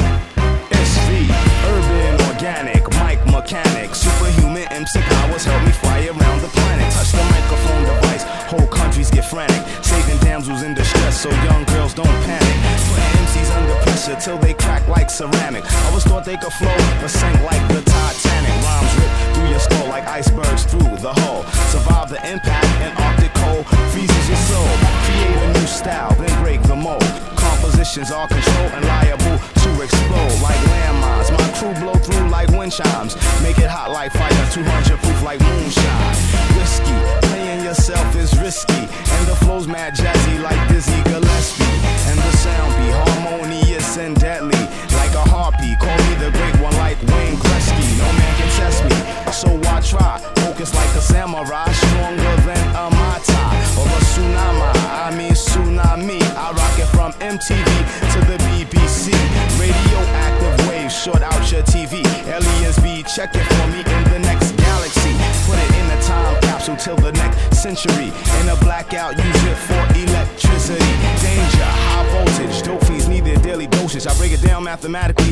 SV, urban, organic, mic mechanic, superhuman MC powers help me fly around the planet. Touch the microphone device, whole countries get frantic. Saving damsels in distress so young girls don't panic. Putting MCs under pressure till they crack like ceramic. I was thought they could flow, but sank like the Titanic. Rhymes rip through your skull like icebergs through the hull. Survive the impact and Arctic cold freezes your soul. Create a new style, then break the mold. Compositions are controlled and liable to explode like landmines. My crew blow through like wind chimes. Make it hot like fire, 200 proof like moonshine. Whiskey, playing yourself is risky. And the flow's mad jazzy like Dizzy Gillespie. And the sound be harmonious and deadly like a harpy. Call me the great one like Wayne Gretzky. No man can test me, so why try? Focus like a samurai, stronger than a Mai Tai or a tsunami. I mean tsunami. I rock it from MTV to the BBC. Radioactive waves short out your TV. Aliens be checking for me in the next galaxy. Put it in a time capsule till the next century. In a blackout, use it for electricity. Danger, high voltage, dope fiends need their daily dosage. I break it down mathematically,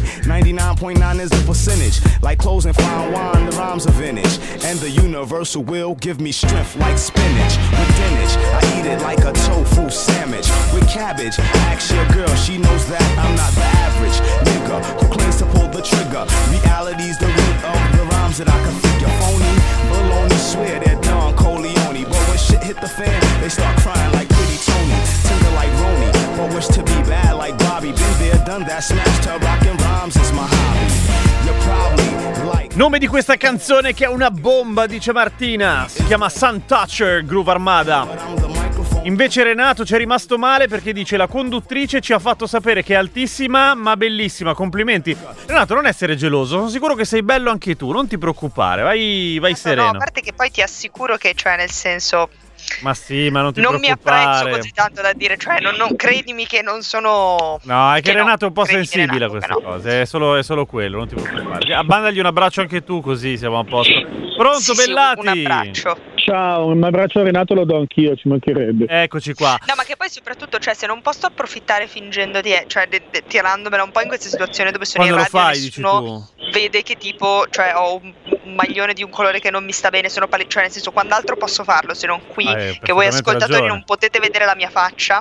99.9 is the percentage. Like clothes and fine wine, the rhymes are vintage. And the universal will give me strength like spinach. With spinach, I eat it like a tofu sandwich. With cabbage, ask your girl, she knows that I'm not the average nigga who claims to pull the trigger. Reality's the root of the rhymes that I can figure. Phony, baloney, swear they're Don Corleone. But when shit hit the fan, they start crying like Pretty Tony. Tender like Roni, but wish to be bad like Bobby. Been there, done that, smashed her, rockin' rhymes is my hobby. You're probably like... Nome di questa canzone che è una bomba, dice Martina. Si chiama Sun Toucher, Groove Armada. Invece Renato ci è rimasto male perché dice la conduttrice ci ha fatto sapere che è altissima ma bellissima, complimenti. Renato, non essere geloso, sono sicuro che sei bello anche tu, non ti preoccupare, vai sereno. No, a parte che poi ti assicuro che, cioè, nel senso... Ma sì, ma non ti non preoccupare. Non mi apprezzo così tanto da dire, cioè non credimi che non sono... No, è che Renato è un po' sensibile a queste cose, è solo quello, non ti preoccupare. Abbandagli un abbraccio anche tu così siamo a posto. Pronto, sì, Bellati? Un abbraccio. Ciao, un abbraccio a Renato lo do anch'io, ci mancherebbe. Eccoci qua. No, ma che poi soprattutto, cioè, se non posso approfittare fingendo di... cioè, tirandomela un po' in questa situazione dove sono quando in radio fai, nessuno vede che tipo, cioè, ho un maglione di un colore che non mi sta bene, sono cioè, nel senso, quando altro posso farlo, se non qui, che voi ascoltatori ragione. Non potete vedere la mia faccia.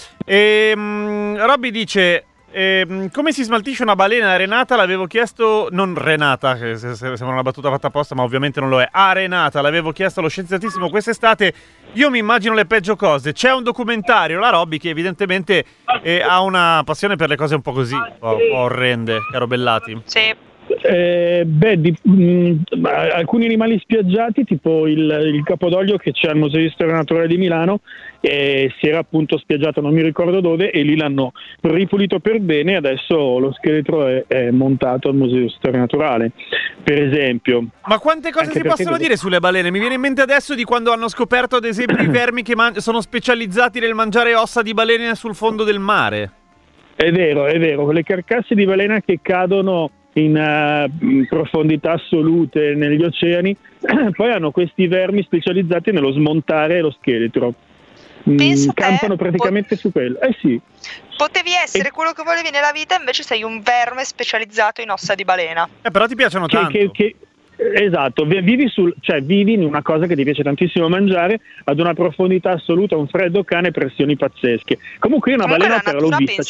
Robby dice... come si smaltisce una balena? Renata l'avevo chiesto, non Renata, che sembra una battuta fatta apposta, ma ovviamente non lo è. A Renata l'avevo chiesto allo scienziatissimo quest'estate. Io mi immagino le peggio cose. C'è un documentario, la Robby, che evidentemente ha una passione per le cose un po' così, un po' orrende, caro Bellati. Sì. Alcuni animali spiaggiati, tipo il capodoglio che c'è al Museo di Storia Naturale di Milano, si era appunto spiaggiato, non mi ricordo dove, e lì l'hanno ripulito per bene e adesso lo scheletro è montato al Museo di Storia Naturale, per esempio. Ma quante cose si possono dire sulle balene? Mi viene in mente adesso di quando hanno scoperto ad esempio i vermi che sono specializzati nel mangiare ossa di balene sul fondo del mare. È vero, le carcasse di balena che cadono in profondità assolute negli oceani, poi hanno questi vermi specializzati nello smontare lo scheletro. Campano praticamente su quello. Sì. Potevi essere quello che volevi nella vita, invece sei un verme specializzato in ossa di balena. Però ti piacciono tanto. Esatto, vivi in una cosa che ti piace tantissimo mangiare ad una profondità assoluta, un freddo cane, pressioni pazzesche. Comunque io una balenottera l'ho vista,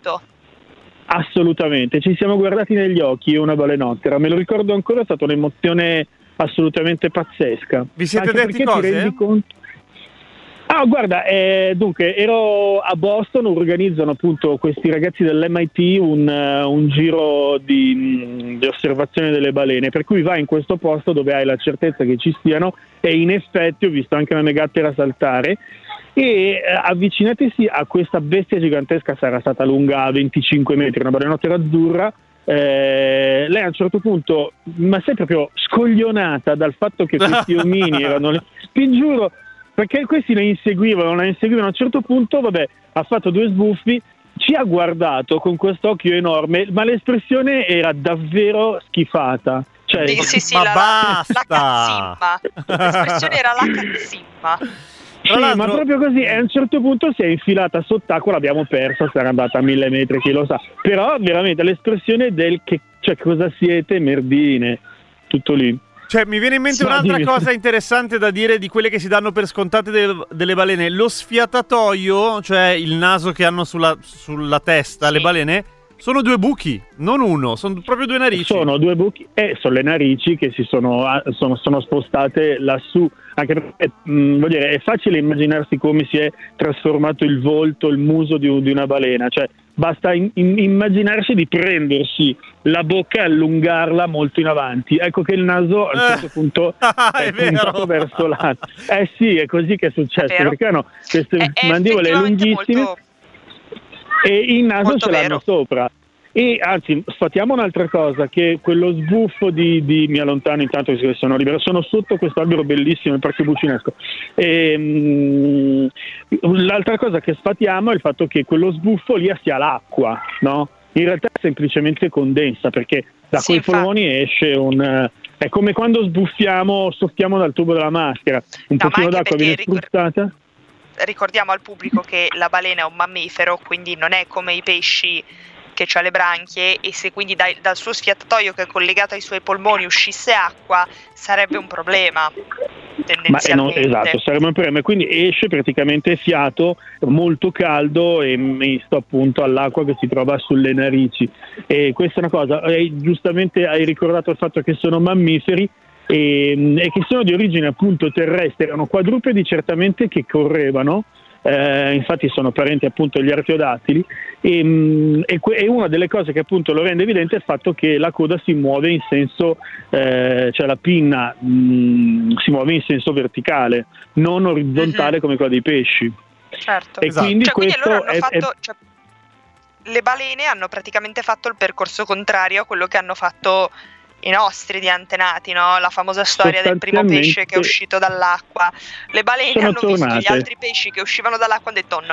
assolutamente, ci siamo guardati negli occhi una balenottera, me lo ricordo ancora, è stata un'emozione assolutamente pazzesca. Vi siete detti cose? Ti rendi conto? Guarda, dunque ero a Boston, organizzano appunto questi ragazzi dell'MIT un giro di osservazione delle balene, per cui vai in questo posto dove hai la certezza che ci siano, e in effetti ho visto anche una megattera saltare, e avvicinatisi a questa bestia gigantesca, sarà stata lunga 25 metri, una balenottera azzurra. Lei a un certo punto, ma sei proprio scoglionata dal fatto che questi omini erano lì, ti giuro, perché questi la inseguivano, a un certo punto, ha fatto 2 sbuffi, ci ha guardato con quest'occhio enorme, ma l'espressione era davvero schifata. Cioè, sì, ma basta! La cazzimma. L'espressione era la cazzimma. Sì, ma proprio così, e a un certo punto si è infilata sott'acqua, l'abbiamo persa, sarà andata a 1000 metri, chi lo sa. Però veramente l'espressione del cosa siete, merdine, tutto lì. Cioè, mi viene in mente un'altra cosa interessante da dire di quelle che si danno per scontate delle balene. Lo sfiatatoio, cioè il naso che hanno sulla testa, le balene, sono 2 buchi, non uno, sono proprio 2 narici. Sono 2 buchi, sono le narici che si sono spostate lassù. Anche perché, voglio dire, è facile immaginarsi come si è trasformato il volto, il muso di una balena. Cioè, basta immaginarsi di prendersi la bocca e allungarla molto in avanti. Ecco che il naso a un certo punto è puntato verso l'alto. Sì, è così che è successo, perché hanno queste mandibole lunghissime e il naso ce l'hanno sopra. E anzi, sfatiamo un'altra cosa, che quello sbuffo mi allontano intanto che sono libero, sono sotto questo albero bellissimo, il Parco Bucinesco. L'altra cosa che sfatiamo è il fatto che quello sbuffo lì sia l'acqua, no? In realtà è semplicemente condensa, perché da quei polmoni esce è come quando soffiamo dal tubo della maschera, un pochino d'acqua viene spruzzata. Ricordiamo al pubblico che la balena è un mammifero, quindi non è come i pesci che ha le branchie, e se quindi dal suo sfiatatoio che è collegato ai suoi polmoni uscisse acqua sarebbe un problema, tendenzialmente. Esatto, sarebbe un problema, quindi esce praticamente fiato molto caldo e misto appunto all'acqua che si trova sulle narici, e questa è una cosa, giustamente hai ricordato il fatto che sono mammiferi e che sono di origine appunto terrestre, erano quadrupedi certamente che correvano. Infatti sono parenti appunto degli artiodattili, e una delle cose che appunto lo rende evidente è il fatto che la coda si muove in senso, cioè la pinna si muove in senso verticale, non orizzontale come quella dei pesci. Certo, e quindi questo loro hanno fatto, le balene hanno praticamente fatto il percorso contrario a quello che hanno fatto i nostri di antenati, no? La famosa storia del primo pesce che è uscito dall'acqua. Le balene hanno visto gli altri pesci che uscivano dall'acqua e hanno detto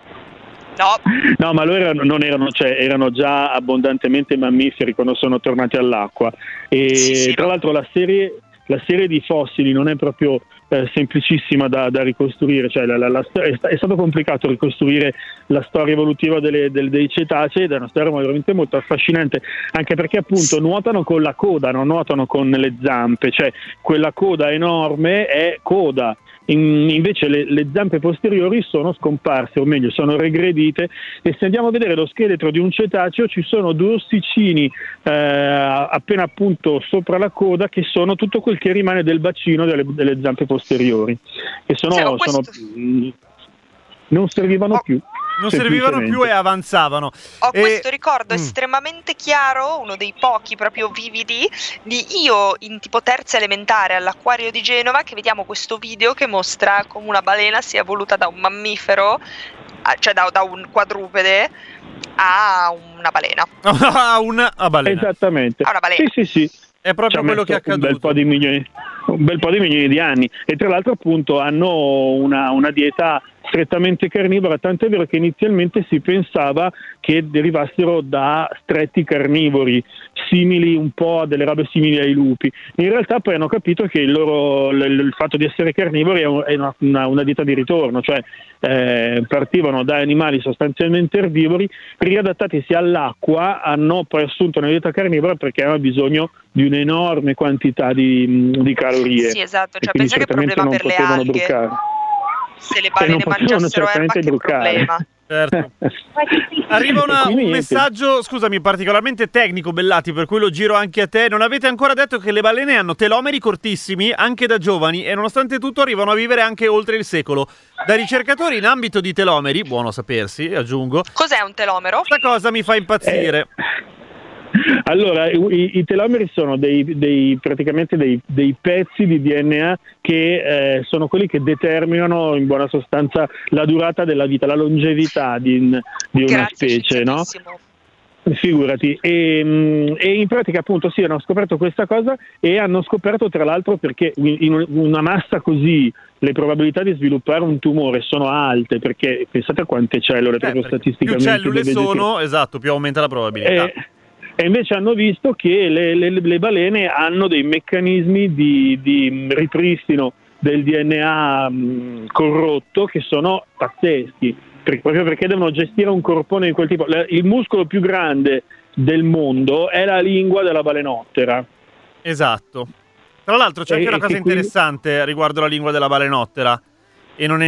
no, ma loro erano già abbondantemente mammiferi quando sono tornati all'acqua, e tra l'altro la serie di fossili non è proprio semplicissima da ricostruire, cioè è stato complicato ricostruire la storia evolutiva dei cetacei, ed è una storia veramente molto affascinante, anche perché appunto nuotano con la coda, non nuotano con le zampe, cioè quella coda enorme è coda. Invece le zampe posteriori sono scomparse, o meglio sono regredite, e se andiamo a vedere lo scheletro di un cetaceo ci sono 2 ossicini appena appunto sopra la coda, che sono tutto quel che rimane del bacino delle zampe posteriori, che non servivano più. Non servivano più e avanzavano. Ho questo ricordo estremamente chiaro, uno dei pochi proprio vividi, di io in tipo terza elementare all'acquario di Genova, che vediamo questo video che mostra come una balena sia evoluta da un mammifero, cioè da un quadrupede a una balena. Una balena. Esattamente. A una balena. Sì. È proprio quello che è accaduto. Un bel po' di milioni di anni. E tra l'altro appunto hanno una dieta strettamente carnivora, tanto è vero che inizialmente si pensava che derivassero da stretti carnivori, simili un po' a delle robe simili ai lupi. In realtà poi hanno capito che il fatto di essere carnivori è una dieta di ritorno, cioè partivano da animali sostanzialmente erbivori, riadattatisi all'acqua, hanno poi assunto una dieta carnivora perché avevano bisogno di un'enorme quantità di calorie. Sì, esatto, cioè pensa che problema per le alghe. Brucare. Se le balene mangiassero erba, che problema. Certo. Arriva un messaggio, scusami, particolarmente tecnico, Bellati, per cui lo giro anche a te. Non avete ancora detto che le balene hanno telomeri cortissimi anche da giovani e nonostante tutto arrivano a vivere anche oltre il secolo. Da ricercatori in ambito di telomeri, buono sapersi, aggiungo. Cos'è un telomero? Questa cosa mi fa impazzire. Allora, i telomeri sono praticamente dei pezzi di DNA che sono quelli che determinano in buona sostanza la durata della vita, la longevità di una specie, no? Figurati. E in pratica appunto sì, hanno scoperto questa cosa e hanno scoperto tra l'altro perché in una massa così le probabilità di sviluppare un tumore sono alte, perché pensate a quante cellule proprio statisticamente. Più cellule sono, esatto, più aumenta la probabilità. E invece hanno visto che le balene hanno dei meccanismi di ripristino del DNA corrotto che sono pazzeschi, proprio perché devono gestire un corpone di quel tipo. Il muscolo più grande del mondo è la lingua della balenottera. Esatto. Tra l'altro c'è anche una cosa interessante riguardo la lingua della balenottera. E non è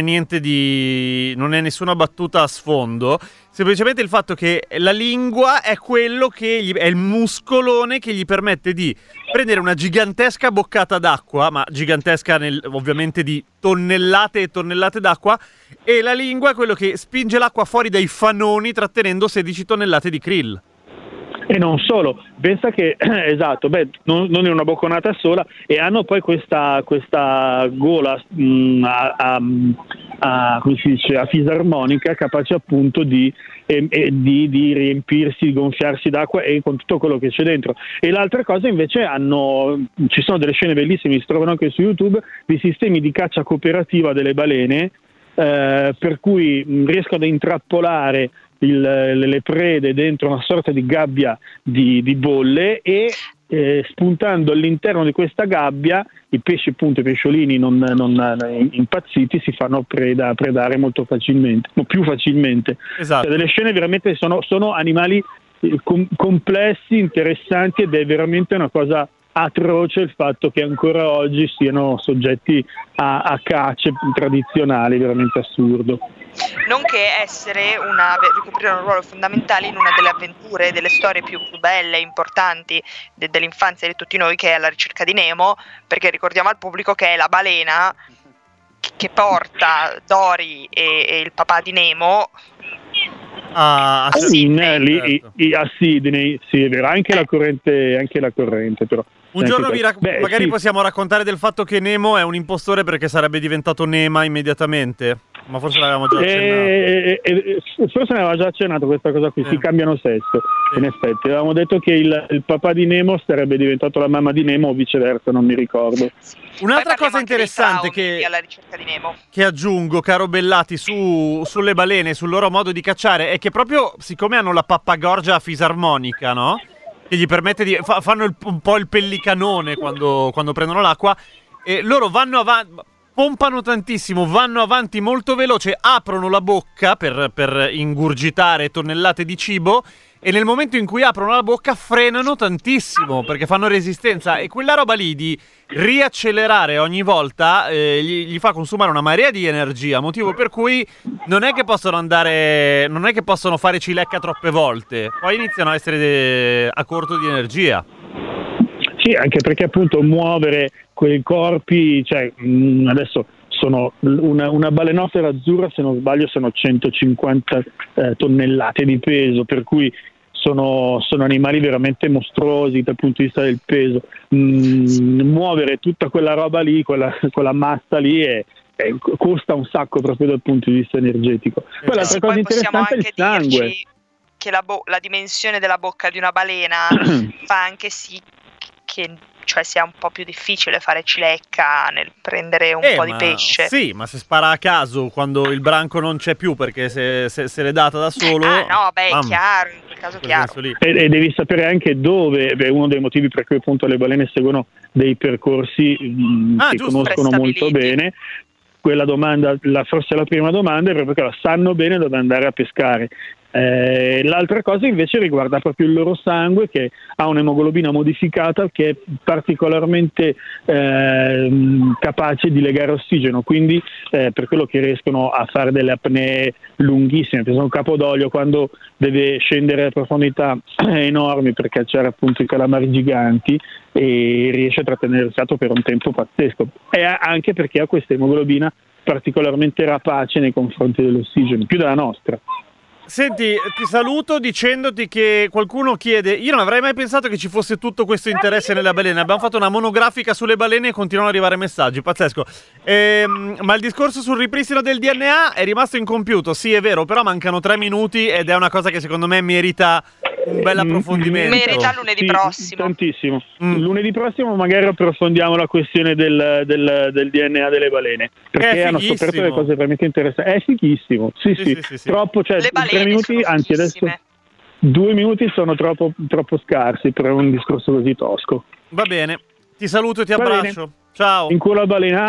nessuna battuta a sfondo, semplicemente il fatto che la lingua è quello che è il muscolone che gli permette di prendere una gigantesca boccata d'acqua, ma gigantesca ovviamente di tonnellate e tonnellate d'acqua, e la lingua è quello che spinge l'acqua fuori dai fanoni trattenendo 16 tonnellate di krill. E non solo, pensa che, esatto, non è una bocconata sola, e hanno poi questa gola come si dice, a fisarmonica, capace appunto di riempirsi, di gonfiarsi d'acqua e con tutto quello che c'è dentro. E l'altra cosa invece ci sono delle scene bellissime, si trovano anche su YouTube, di sistemi di caccia cooperativa delle balene, per cui riescono ad intrappolare le prede dentro una sorta di gabbia di bolle e spuntando all'interno di questa gabbia i pesci, appunto i pesciolini non impazziti, si fanno predare molto facilmente, più facilmente. Esatto. Cioè, delle scene veramente sono animali complessi, interessanti, ed è veramente una cosa atroce il fatto che ancora oggi siano soggetti a cacce tradizionali, veramente assurdo. Nonché ricoprire un ruolo fondamentale in una delle avventure, delle storie più belle e importanti dell'infanzia di tutti noi, che è La ricerca di Nemo, perché ricordiamo al pubblico che è la balena che porta Dory e il papà di Nemo a Sydney. A Sydney, sì, è vero, anche la corrente però. Un giorno magari possiamo raccontare del fatto che Nemo è un impostore perché sarebbe diventato Nema immediatamente, ma forse l'avevamo già accennato. Forse ne aveva già accennato questa cosa qui, si cambiano sesso, in effetti. Avevamo detto che il papà di Nemo sarebbe diventato la mamma di Nemo o viceversa, non mi ricordo. Un'altra cosa interessante alla ricerca di Nemo, che aggiungo, caro Bellati, sulle balene, sul loro modo di cacciare, è che proprio siccome hanno la pappagorgia a fisarmonica, no? Che gli permette fanno un po' il pellicanone quando prendono l'acqua, e loro vanno avanti, pompano tantissimo, vanno avanti molto veloce, aprono la bocca per ingurgitare tonnellate di cibo, e nel momento in cui aprono la bocca frenano tantissimo perché fanno resistenza, e quella roba lì di riaccelerare ogni volta gli fa consumare una marea di energia, motivo per cui non è che possono fare cilecca troppe volte, poi iniziano a essere a corto di energia. Sì, anche perché appunto muovere quei corpi, cioè adesso sono una balenotera azzurra, se non sbaglio sono 150 tonnellate di peso, per cui sono animali veramente mostruosi dal punto di vista del peso. Muovere tutta quella roba lì, quella massa lì costa un sacco proprio dal punto di vista energetico. Poi l'altra cosa interessante è il sangue. Che la dimensione della bocca di una balena fa anche sì che sia un po' più difficile fare cilecca nel prendere un po' di pesce. Sì, ma se spara a caso quando il branco non c'è più perché se l'è data da solo... è chiaro, in quel caso chiaro. E devi sapere anche dove, è uno dei motivi per cui appunto le balene seguono dei percorsi che conoscono molto bene. Quella domanda, forse la prima domanda, è proprio che sanno bene dove andare a pescare. L'altra cosa invece riguarda proprio il loro sangue, che ha un'emoglobina modificata che è particolarmente capace di legare ossigeno, quindi per quello che riescono a fare delle apnee lunghissime. Per esempio un capodoglio, quando deve scendere a profondità enormi per cacciare appunto i calamari giganti, e riesce a trattenere il fiato per un tempo pazzesco, e anche perché ha questa emoglobina particolarmente rapace nei confronti dell'ossigeno, più della nostra. Senti, ti saluto dicendoti che qualcuno chiede: io non avrei mai pensato che ci fosse tutto questo interesse nelle balene. Abbiamo fatto una monografica sulle balene e continuano ad arrivare messaggi, pazzesco. Ma il discorso sul ripristino del DNA è rimasto incompiuto, sì è vero, però mancano 3 minuti ed è una cosa che secondo me merita un bel approfondimento. Merita lunedì prossimo. Tantissimo. Lunedì prossimo magari approfondiamo la questione del DNA delle balene, perché hanno scoperto delle cose veramente interessanti. È fighissimo. Sì. Troppo, cioè, 3 minuti, anzi adesso 2 minuti sono troppo scarsi per un discorso così tosco. Va bene, ti saluto e ti abbraccio. Ciao. In culo a balena.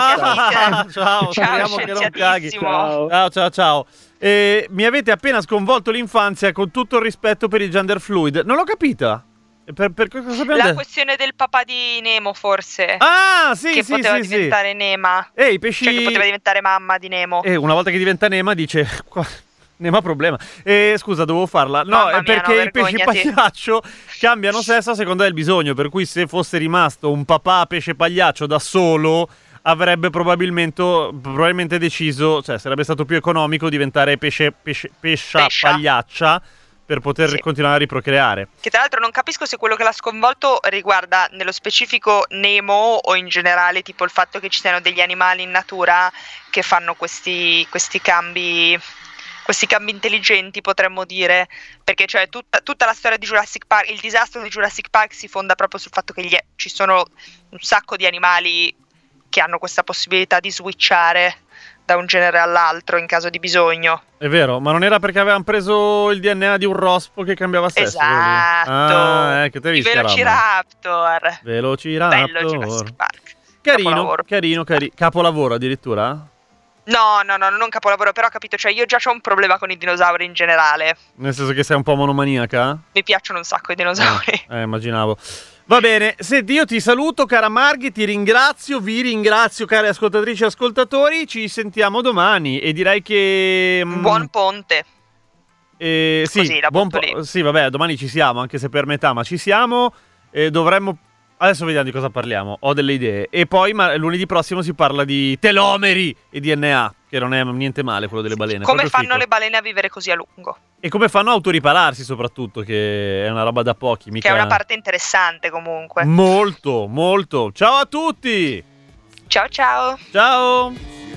Ciao, speriamo che non caghi. Ciao. Mi avete appena sconvolto l'infanzia, con tutto il rispetto per il gender fluid. Non l'ho capita. Per cosa la questione del papà di Nemo, forse. Che poteva diventare Nema. I pesci... Cioè che poteva diventare mamma di Nemo. Una volta che diventa Nema dice... Nema problema. Scusa, dovevo farla. No, è perché i pesci pagliaccio cambiano sesso a seconda del bisogno. Per cui se fosse rimasto un papà pesce pagliaccio da solo, avrebbe probabilmente deciso, cioè sarebbe stato più economico diventare pescia pagliaccia per poter continuare a riprocreare. Che tra l'altro non capisco se quello che l'ha sconvolto riguarda nello specifico Nemo o in generale tipo il fatto che ci siano degli animali in natura che fanno questi cambi intelligenti, potremmo dire, perché cioè tutta la storia di Jurassic Park, il disastro di Jurassic Park si fonda proprio sul fatto che ci sono un sacco di animali che hanno questa possibilità di switchare da un genere all'altro in caso di bisogno. È vero, ma non era perché avevano preso il DNA di un rospo che cambiava sesso? Esatto, che te i Velociraptor. Bello Jurassic Park. Carino. Capolavoro addirittura? No, non capolavoro, però ho capito, cioè io già ho un problema con i dinosauri in generale. Nel senso che sei un po' monomaniaca? Mi piacciono un sacco i dinosauri. Immaginavo. Va bene, senti, io ti saluto cara Marghi, vi ringrazio cari ascoltatrici e ascoltatori, ci sentiamo domani e direi che... Buon ponte. Sì, sì, vabbè, domani ci siamo, anche se per metà, ma ci siamo, dovremmo... Adesso vediamo di cosa parliamo, ho delle idee. E poi lunedì prossimo si parla di telomeri e DNA, che non è niente male quello delle balene. Come fanno le balene a vivere così a lungo? E come fanno a autoripararsi soprattutto, che è una roba da pochi. Che è una parte interessante comunque. Molto, molto. Ciao a tutti! Ciao. Ciao!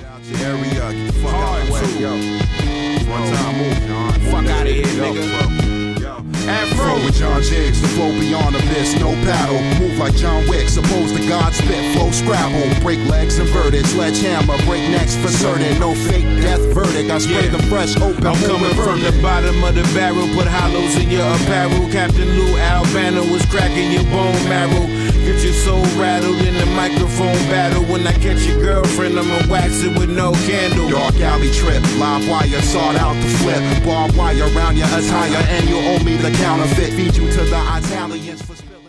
Afro with John Jiggs, the flow beyond abyss, no paddle. Move like John Wick, supposed to God spit, flow scrabble. Break legs inverted, sledgehammer, break necks for certain. No fake death verdict, I spray them fresh open. I'm coming from the bottom of the barrel, put hollows in your apparel. Captain Lou Albano was cracking your bone marrow. Get your soul rattled in the microphone battle. When I catch your girlfriend, I'ma wax it with no candle. Dark alley trip, live wire, sought out to flip. Barbed wire around your attire, and you owe me the counterfeit. Feed you to the Italians for spilling.